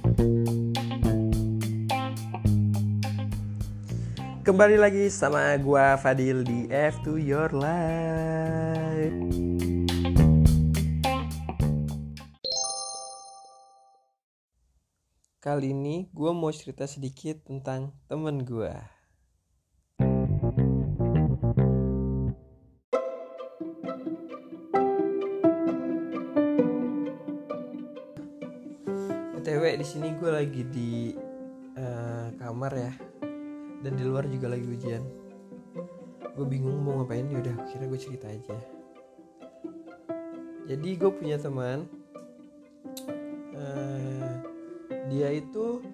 Kembali lagi sama gua Fadil di F to Your Life. Kali ini gua mau cerita sedikit tentang temen gua. BTW di sini gua lagi di kamar ya. Dan di luar juga lagi hujan. Gue bingung mau ngapain, yaudah kira gue cerita aja. Jadi gue punya teman, dia itu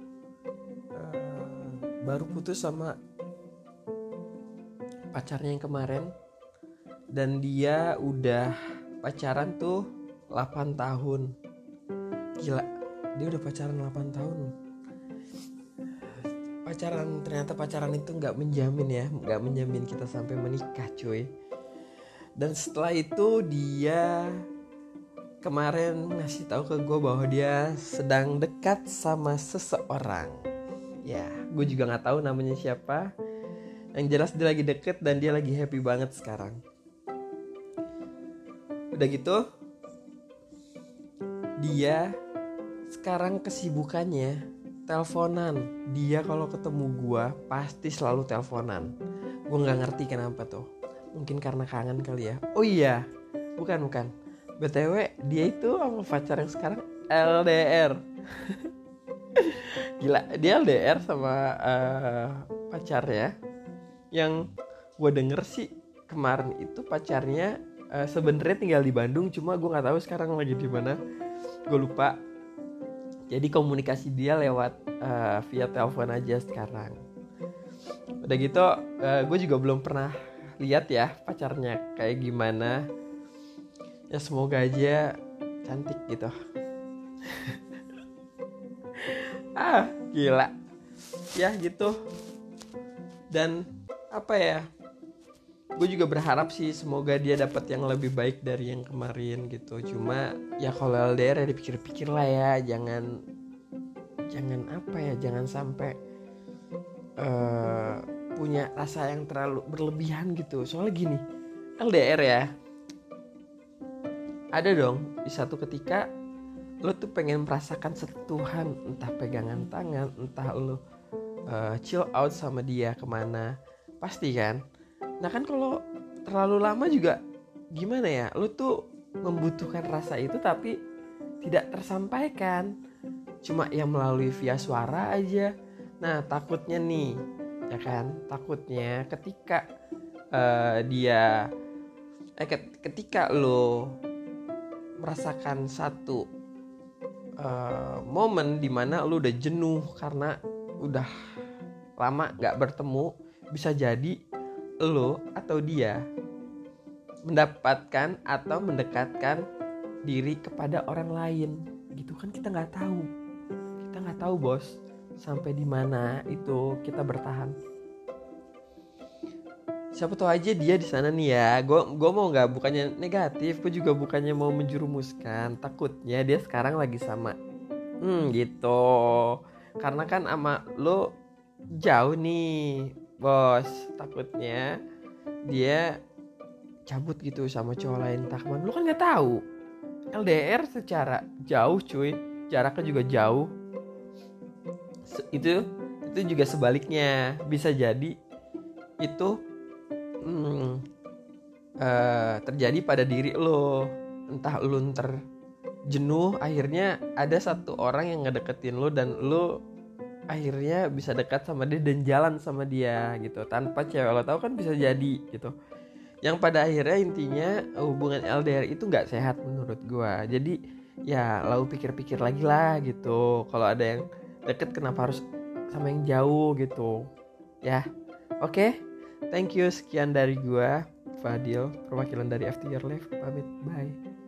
baru putus sama pacarnya yang kemarin. Dan dia udah pacaran tuh 8 tahun. Gila, dia udah pacaran 8 tahun. Ternyata pacaran itu nggak menjamin kita sampai menikah, cuy. Dan setelah itu dia kemarin ngasih tahu ke gue bahwa dia sedang dekat sama seseorang. Ya, gue juga nggak tahu namanya siapa. Yang jelas dia lagi deket dan dia lagi happy banget sekarang. Udah gitu, dia sekarang kesibukannya teleponan. Dia kalau ketemu gue pasti selalu teleponan. Gue nggak ngerti kenapa tuh. Mungkin karena kangen kali ya. Oh iya, bukan. BTW dia itu sama pacar yang sekarang LDR. Gila, dia LDR sama pacarnya. Yang gue denger sih kemarin itu pacarnya sebenarnya tinggal di Bandung, cuma gue nggak tahu sekarang lagi di mana. Gue lupa. Jadi komunikasi dia lewat via telepon aja sekarang. Udah gitu, gue juga belum pernah lihat ya pacarnya kayak gimana. Ya semoga aja cantik gitu. Gila. Ya gitu. Dan apa ya? Gue juga berharap sih semoga dia dapat yang lebih baik dari yang kemarin gitu. Cuma ya kalau LDR ya dipikir-pikir lah ya, jangan apa ya, jangan sampai punya rasa yang terlalu berlebihan gitu. Soalnya gini, LDR ya, ada dong di satu ketika lo tuh pengen merasakan sentuhan, entah pegangan tangan, entah lo chill out sama dia kemana, pasti kan. Nah kan kalau terlalu lama juga gimana ya, lo tuh membutuhkan rasa itu tapi tidak tersampaikan, cuma yang melalui via suara aja. Nah takutnya nih, ya kan, takutnya ketika ketika lo merasakan satu momen dimana lo udah jenuh karena udah lama gak bertemu, bisa jadi lo atau dia mendapatkan atau mendekatkan diri kepada orang lain gitu kan. Kita nggak tahu bos sampai di mana itu kita bertahan. Siapa tahu aja dia di sana nih ya. Gue mau nggak, bukannya negatif, gue juga bukannya mau menjerumuskan. Takutnya dia sekarang lagi sama gitu. Karena kan sama lo jauh nih bos, takutnya dia cabut gitu sama cowok lain, entah kemana. Lu kan nggak tahu. LDR secara jauh cuy, jaraknya juga jauh. Itu juga sebaliknya bisa jadi itu terjadi pada diri lo. Entah lo jenuh, akhirnya ada satu orang yang ngedeketin lo dan lo akhirnya bisa dekat sama dia dan jalan sama dia gitu tanpa cewek lo tahu kan, bisa jadi gitu. Yang pada akhirnya intinya hubungan LDR itu nggak sehat menurut gue. Jadi ya lalu pikir-pikir lagi lah gitu. Kalau ada yang deket kenapa harus sama yang jauh gitu ya. Oke, thank you, sekian dari gue Fadil, perwakilan dari FT Your Life, pamit, bye.